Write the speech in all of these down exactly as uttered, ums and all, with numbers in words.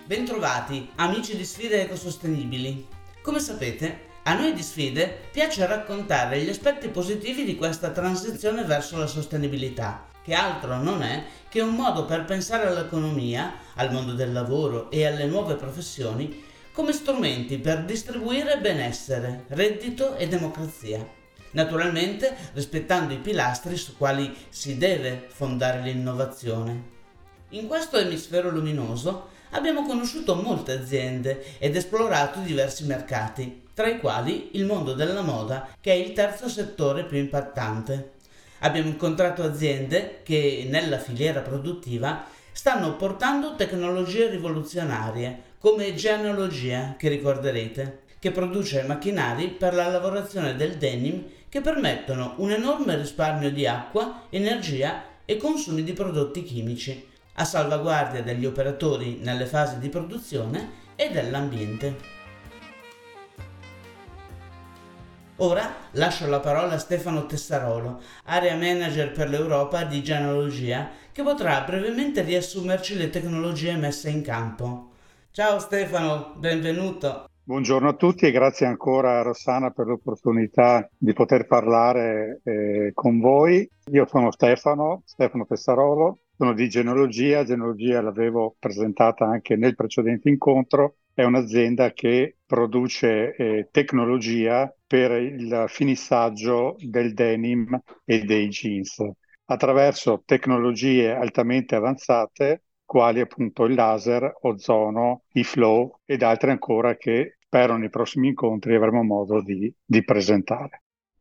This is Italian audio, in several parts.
Bentrovati, amici di Sfide Ecosostenibili. Come sapete, a noi di Sfide piace raccontare gli aspetti positivi di questa transizione verso la sostenibilità, che altro non è che un modo per pensare all'economia, al mondo del lavoro e alle nuove professioni come strumenti per distribuire benessere, reddito e democrazia. Naturalmente rispettando i pilastri su quali si deve fondare l'innovazione. In questo emisfero luminoso abbiamo conosciuto molte aziende ed esplorato diversi mercati, tra i quali il mondo della moda, che è il terzo settore più impattante. Abbiamo incontrato aziende che nella filiera produttiva stanno portando tecnologie rivoluzionarie, come Genealogia, che ricorderete, che produce macchinari per la lavorazione del denim che permettono un enorme risparmio di acqua, energia e consumi di prodotti chimici, a salvaguardia degli operatori nelle fasi di produzione e dell'ambiente. Ora lascio la parola a Stefano Tessarolo, Area Manager per l'Europa di Genealogia, che potrà brevemente riassumerci le tecnologie messe in campo. Ciao Stefano, benvenuto. Buongiorno a tutti e grazie ancora a Rossana per l'opportunità di poter parlare eh, con voi. Io sono Stefano, Stefano Tessarolo. Sono di Genealogia, Genealogia l'avevo presentata anche nel precedente incontro, è un'azienda che produce eh, tecnologia per il finissaggio del denim e dei jeans, attraverso tecnologie altamente avanzate, quali appunto il laser, ozono, i flow ed altre ancora che spero nei prossimi incontri avremo modo di, di presentare.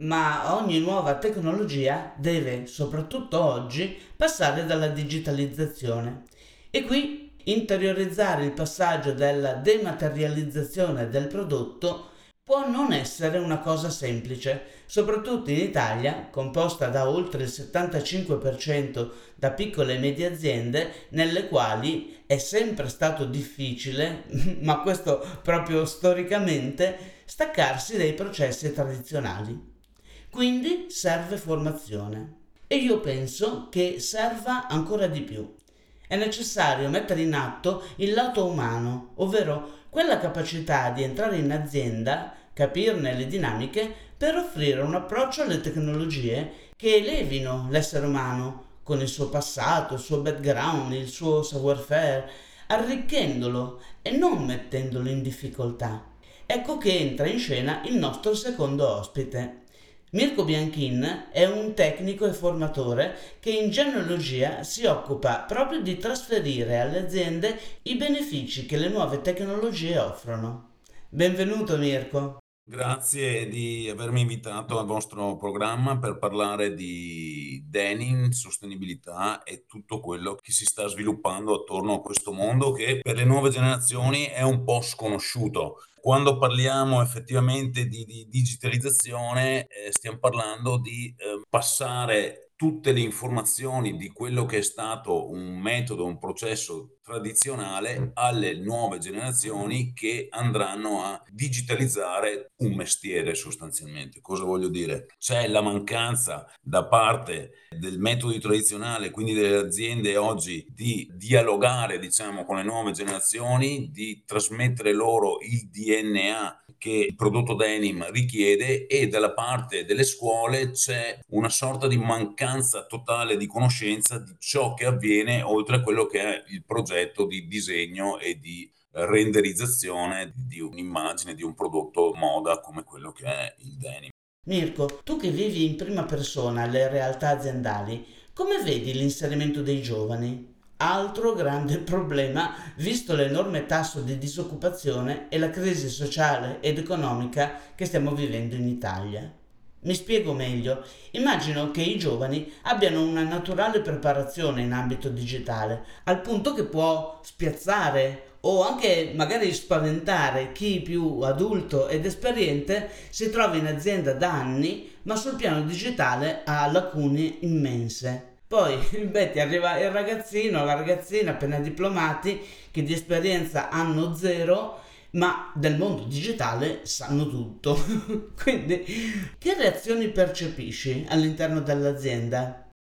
Ma ogni nuova tecnologia deve, soprattutto oggi, passare dalla digitalizzazione. E qui interiorizzare il passaggio della dematerializzazione del prodotto può non essere una cosa semplice, soprattutto in Italia, composta da oltre il settantacinque per cento da piccole e medie aziende, nelle quali è sempre stato difficile, ma questo proprio storicamente, staccarsi dai processi tradizionali. Quindi serve formazione e io penso che serva ancora di più. È necessario mettere in atto il lato umano, ovvero quella capacità di entrare in azienda, capirne le dinamiche per offrire un approccio alle tecnologie che elevino l'essere umano con il suo passato, il suo background, il suo savoir-faire, arricchendolo e non mettendolo in difficoltà. Ecco che entra in scena il nostro secondo ospite. Mirko Bianchin è un tecnico e formatore che in genealogia si occupa proprio di trasferire alle aziende i benefici che le nuove tecnologie offrono. Benvenuto Mirko. Grazie di avermi invitato al vostro programma per parlare di denim, sostenibilità e tutto quello che si sta sviluppando attorno a questo mondo che per le nuove generazioni è un po' sconosciuto. Quando parliamo effettivamente di, di digitalizzazione, eh, stiamo parlando di eh, passare tutte le informazioni di quello che è stato un metodo, un processo tradizionale alle nuove generazioni che andranno a digitalizzare un mestiere sostanzialmente. Cosa voglio dire? C'è la mancanza da parte del metodo tradizionale, quindi delle aziende oggi, di dialogare, diciamo, con le nuove generazioni, di trasmettere loro il D N A che il prodotto denim richiede, e dalla parte delle scuole c'è una sorta di mancanza totale di conoscenza di ciò che avviene oltre a quello che è il progetto di disegno e di renderizzazione di un'immagine di un prodotto moda come quello che è il denim. Mirko, tu che vivi in prima persona le realtà aziendali, come vedi l'inserimento dei giovani? Altro grande problema, visto l'enorme tasso di disoccupazione e la crisi sociale ed economica che stiamo vivendo in Italia. Mi spiego meglio. Immagino che i giovani abbiano una naturale preparazione in ambito digitale, al punto che può spiazzare o anche magari spaventare chi più adulto ed esperiente si trova in azienda da anni, ma sul piano digitale ha lacune immense. Poi, beh, ti arriva il ragazzino, la ragazzina appena diplomati che di esperienza hanno zero, ma del mondo digitale sanno tutto. Quindi, che reazioni percepisci all'interno dell'azienda?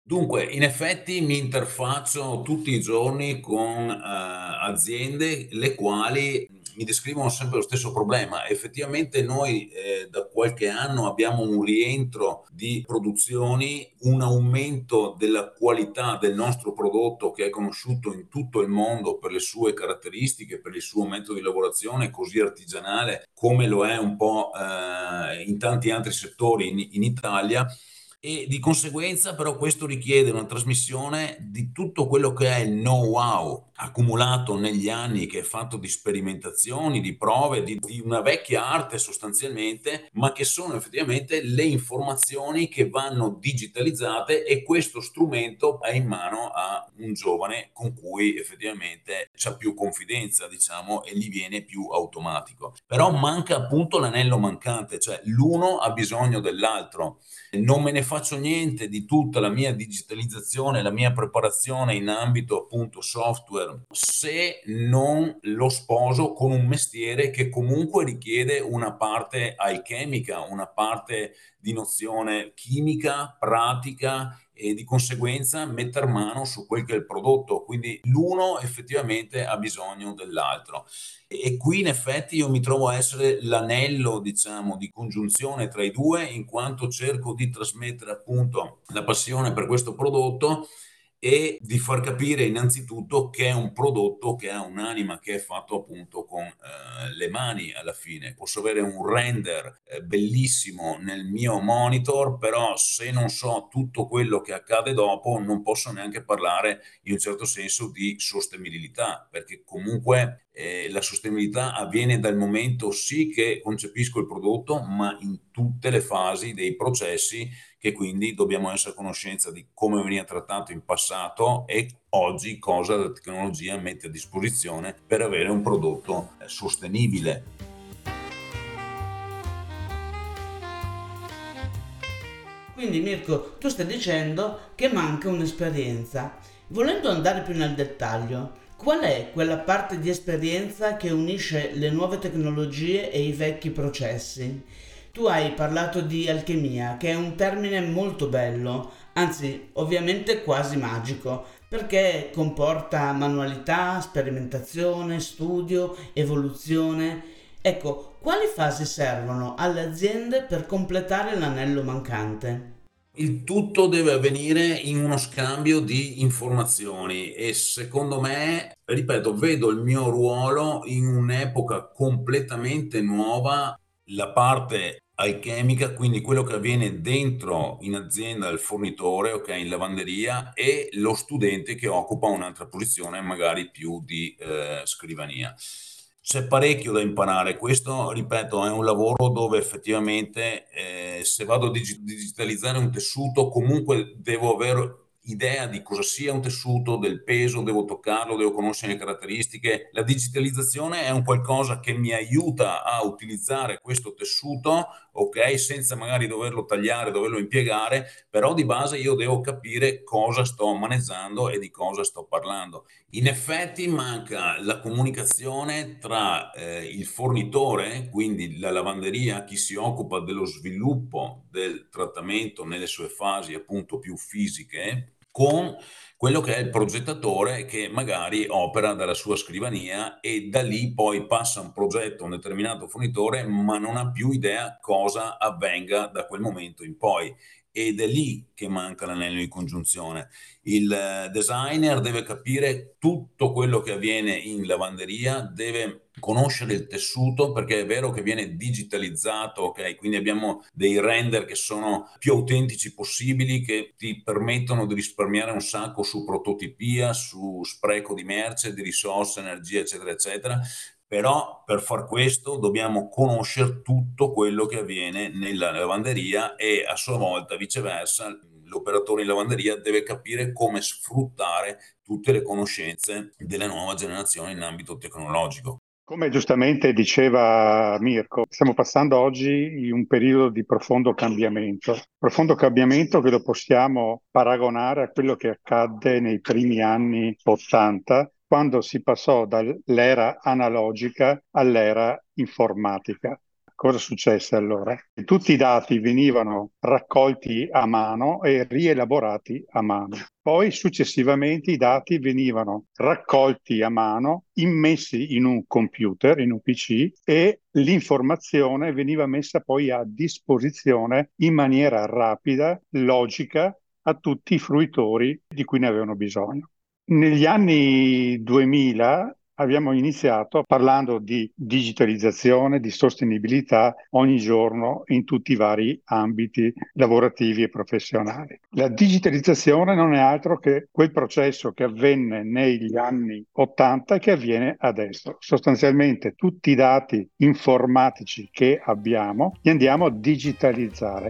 Dunque, in effetti mi interfaccio tutti i giorni con eh, aziende le quali mi descrivono sempre lo stesso problema. Effettivamente noi eh, da qualche anno abbiamo un rientro di produzioni, un aumento della qualità del nostro prodotto che è conosciuto in tutto il mondo per le sue caratteristiche, per il suo metodo di lavorazione così artigianale come lo è un po' eh, in tanti altri settori in, in Italia. E di conseguenza però questo richiede una trasmissione di tutto quello che è il know-how accumulato negli anni, che è fatto di sperimentazioni, di prove, di, di una vecchia arte sostanzialmente, ma che sono effettivamente le informazioni che vanno digitalizzate, e questo strumento è in mano a un giovane con cui effettivamente c'ha più confidenza, diciamo, e gli viene più automatico. Però manca appunto l'anello mancante, cioè l'uno ha bisogno dell'altro. Non me ne faccio niente di tutta la mia digitalizzazione, la mia preparazione in ambito appunto software, se non lo sposo con un mestiere che comunque richiede una parte alchemica, una parte di nozione chimica, pratica, e di conseguenza metter mano su quel che è il prodotto. Quindi l'uno effettivamente ha bisogno dell'altro. E qui in effetti io mi trovo a essere l'anello, diciamo, di congiunzione tra i due, in quanto cerco di trasmettere appunto la passione per questo prodotto e di far capire innanzitutto che è un prodotto che ha un'anima, che è fatto appunto con eh, le mani alla fine. Posso avere un render eh, bellissimo nel mio monitor, però se non so tutto quello che accade dopo non posso neanche parlare in un certo senso di sostenibilità, perché comunque eh, la sostenibilità avviene dal momento sì che concepisco il prodotto, ma in tutte le fasi dei processi, che quindi dobbiamo essere a conoscenza di come veniva trattato in passato e oggi cosa la tecnologia mette a disposizione per avere un prodotto sostenibile. Quindi Mirko, tu stai dicendo che manca un'esperienza. Volendo andare più nel dettaglio, qual è quella parte di esperienza che unisce le nuove tecnologie e i vecchi processi? Tu hai parlato di alchimia, che è un termine molto bello, anzi ovviamente quasi magico, perché comporta manualità, sperimentazione, studio, evoluzione. Ecco, quali fasi servono alle aziende per completare l'anello mancante? Il tutto deve avvenire in uno scambio di informazioni e secondo me, ripeto, vedo il mio ruolo in un'epoca completamente nuova, la parte alchemica, quindi quello che avviene dentro in azienda, il fornitore, ok, in lavanderia, e lo studente che occupa un'altra posizione, magari più di eh, scrivania. C'è parecchio da imparare. Questo, ripeto, è un lavoro dove effettivamente eh, se vado a digi- digitalizzare un tessuto, comunque devo avere idea di cosa sia un tessuto, del peso, devo toccarlo, devo conoscere le caratteristiche. La digitalizzazione è un qualcosa che mi aiuta a utilizzare questo tessuto, ok, senza magari doverlo tagliare, doverlo impiegare, però di base io devo capire cosa sto maneggiando e di cosa sto parlando. In effetti manca la comunicazione tra eh, il fornitore, quindi la lavanderia, chi si occupa dello sviluppo del trattamento nelle sue fasi appunto più fisiche, con quello che è il progettatore che magari opera dalla sua scrivania e da lì poi passa un progetto a un determinato fornitore, ma non ha più idea cosa avvenga da quel momento in poi. Ed è lì che manca l'anello di congiunzione. Il eh, designer deve capire tutto quello che avviene in lavanderia, deve conoscere il tessuto, perché è vero che viene digitalizzato, ok? Quindi abbiamo dei render che sono più autentici possibili, che ti permettono di risparmiare un sacco su prototipia, su spreco di merce, di risorse, energia, eccetera, eccetera. Però per far questo dobbiamo conoscere tutto quello che avviene nella lavanderia e a sua volta viceversa l'operatore in lavanderia deve capire come sfruttare tutte le conoscenze delle nuove generazioni in ambito tecnologico. Come giustamente diceva Mirko, stiamo passando oggi in un periodo di profondo cambiamento, profondo cambiamento che lo possiamo paragonare a quello che accadde nei primi anni ottanta, quando si passò dall'era analogica all'era informatica. Cosa successe allora? Tutti i dati venivano raccolti a mano e rielaborati a mano. Poi successivamente i dati venivano raccolti a mano, immessi in un computer, in un P C, e l'informazione veniva messa poi a disposizione in maniera rapida, logica, a tutti i fruitori di cui ne avevano bisogno. Negli anni duemila abbiamo iniziato parlando di digitalizzazione, di sostenibilità ogni giorno in tutti i vari ambiti lavorativi e professionali. La digitalizzazione non è altro che quel processo che avvenne negli anni ottanta e che avviene adesso. Sostanzialmente tutti i dati informatici che abbiamo li andiamo a digitalizzare.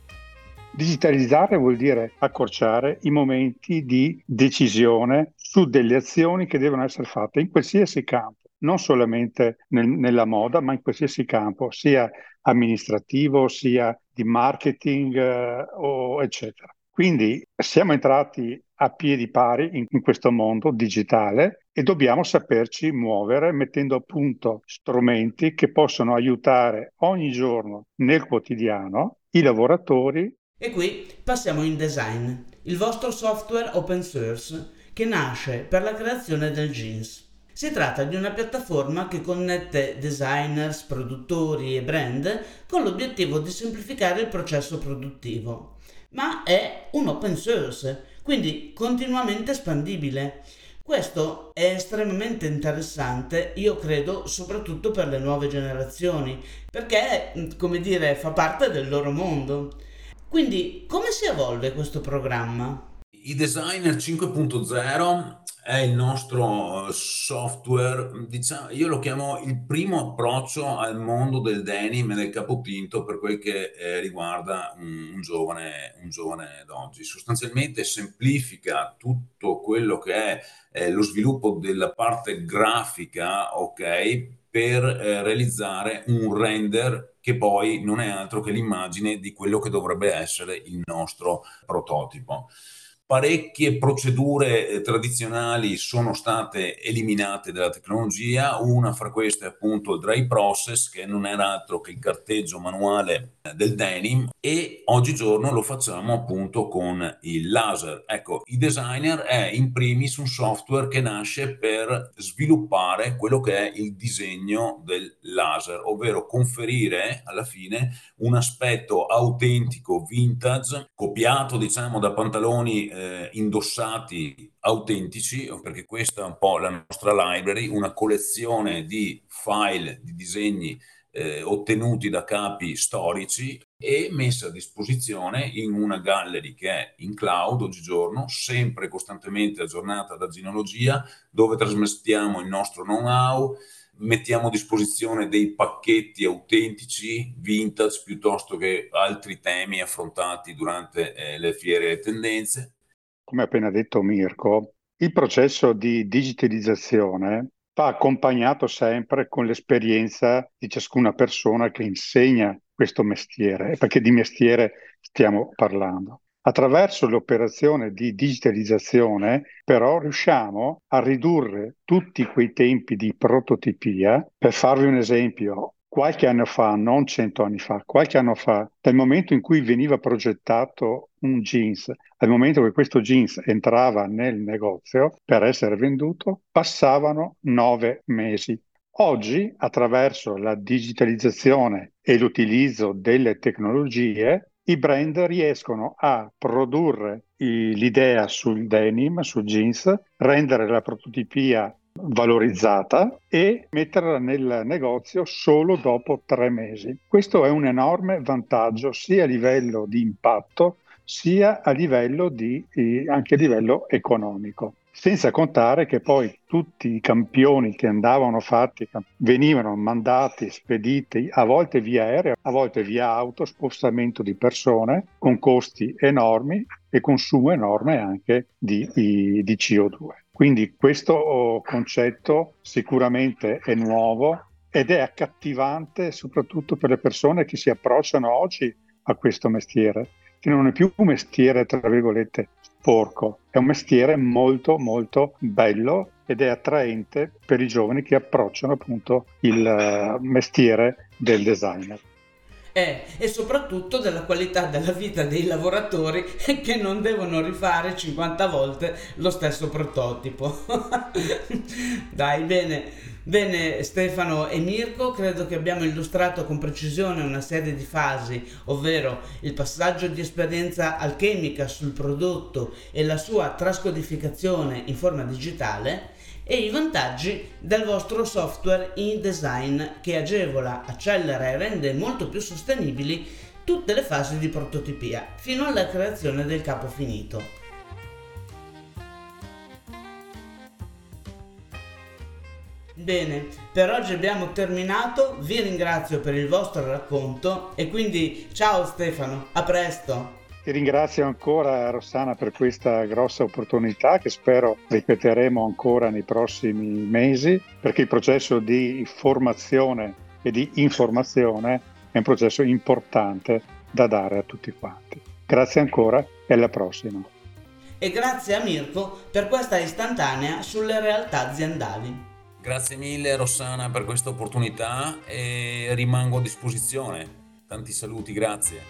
Digitalizzare vuol dire accorciare i momenti di decisione su delle azioni che devono essere fatte in qualsiasi campo, non solamente nel, nella moda, ma in qualsiasi campo, sia amministrativo, sia di marketing, eh, o eccetera. Quindi siamo entrati a piedi pari in, in questo mondo digitale e dobbiamo saperci muovere mettendo a punto strumenti che possono aiutare ogni giorno nel quotidiano i lavoratori. E qui passiamo in Design, il vostro software open source che nasce per la creazione del jeans. Si tratta di una piattaforma che connette designers, produttori e brand con l'obiettivo di semplificare il processo produttivo. Ma è un open source, quindi continuamente espandibile. Questo è estremamente interessante, io credo, soprattutto per le nuove generazioni, perché, come dire, fa parte del loro mondo. Quindi, come si evolve questo programma? iDesigner cinque punto zero è il nostro software, diciamo, io lo chiamo il primo approccio al mondo del denim e del capotinto per quel che eh, riguarda un, un giovane, un giovane d'oggi. Sostanzialmente semplifica tutto quello che è eh, lo sviluppo della parte grafica, ok, per eh, realizzare un render che poi non è altro che l'immagine di quello che dovrebbe essere il nostro prototipo. Parecchie procedure eh, tradizionali sono state eliminate dalla tecnologia, una fra queste è appunto il dry process, che non era altro che il carteggio manuale del denim, e oggigiorno lo facciamo appunto con il laser. Ecco, iDesigner è in primis un software che nasce per sviluppare quello che è il disegno del laser, ovvero conferire alla fine un aspetto autentico, vintage, copiato diciamo da pantaloni eh, indossati autentici, perché questa è un po' la nostra library, una collezione di file, di disegni eh, ottenuti da capi storici e messa a disposizione in una gallery che è in cloud oggigiorno, sempre costantemente aggiornata da Ginologia, dove trasmettiamo il nostro know-how, mettiamo a disposizione dei pacchetti autentici, vintage, piuttosto che altri temi affrontati durante eh, le fiere e le tendenze. Come ha appena detto Mirko, il processo di digitalizzazione va accompagnato sempre con l'esperienza di ciascuna persona che insegna questo mestiere, perché di mestiere stiamo parlando. Attraverso l'operazione di digitalizzazione, però, riusciamo a ridurre tutti quei tempi di prototipia. Per farvi un esempio, qualche anno fa, non cento anni fa, qualche anno fa, dal momento in cui veniva progettato un jeans, al momento che questo jeans entrava nel negozio per essere venduto, passavano nove mesi. Oggi, attraverso la digitalizzazione e l'utilizzo delle tecnologie, i brand riescono a produrre i, l'idea sul denim, sul jeans, rendere la prototipia valorizzata e metterla nel negozio solo dopo tre mesi. Questo è un enorme vantaggio sia a livello di impatto sia a livello di, anche a livello economico. Senza contare che poi tutti i campioni che andavano fatti venivano mandati, spediti, a volte via aereo, a volte via auto, spostamento di persone con costi enormi e consumo enorme anche di, di, di C O due. Quindi questo concetto sicuramente è nuovo ed è accattivante soprattutto per le persone che si approcciano oggi a questo mestiere, che non è più un mestiere, tra virgolette, sporco, è un mestiere molto molto bello ed è attraente per i giovani che approcciano appunto il uh, mestiere del designer. Eh, e soprattutto della qualità della vita dei lavoratori che non devono rifare cinquanta volte lo stesso prototipo. Dai, bene, bene Stefano e Mirko, credo che abbiamo illustrato con precisione una serie di fasi, ovvero il passaggio di esperienza alchemica sul prodotto e la sua trascodificazione in forma digitale, e i vantaggi del vostro software InDesign che agevola, accelera e rende molto più sostenibili tutte le fasi di prototipia fino alla creazione del capo finito. Bene, per oggi abbiamo terminato, vi ringrazio per il vostro racconto e quindi ciao Stefano, a presto! Ti ringrazio ancora Rossana per questa grossa opportunità che spero ripeteremo ancora nei prossimi mesi, perché il processo di formazione e di informazione è un processo importante da dare a tutti quanti. Grazie ancora e alla prossima. E grazie a Mirko per questa istantanea sulle realtà aziendali. Grazie mille Rossana per questa opportunità e rimango a disposizione. Tanti saluti, grazie.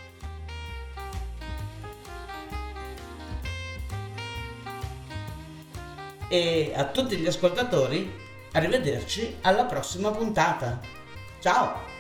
E a tutti gli ascoltatori, arrivederci alla prossima puntata. Ciao!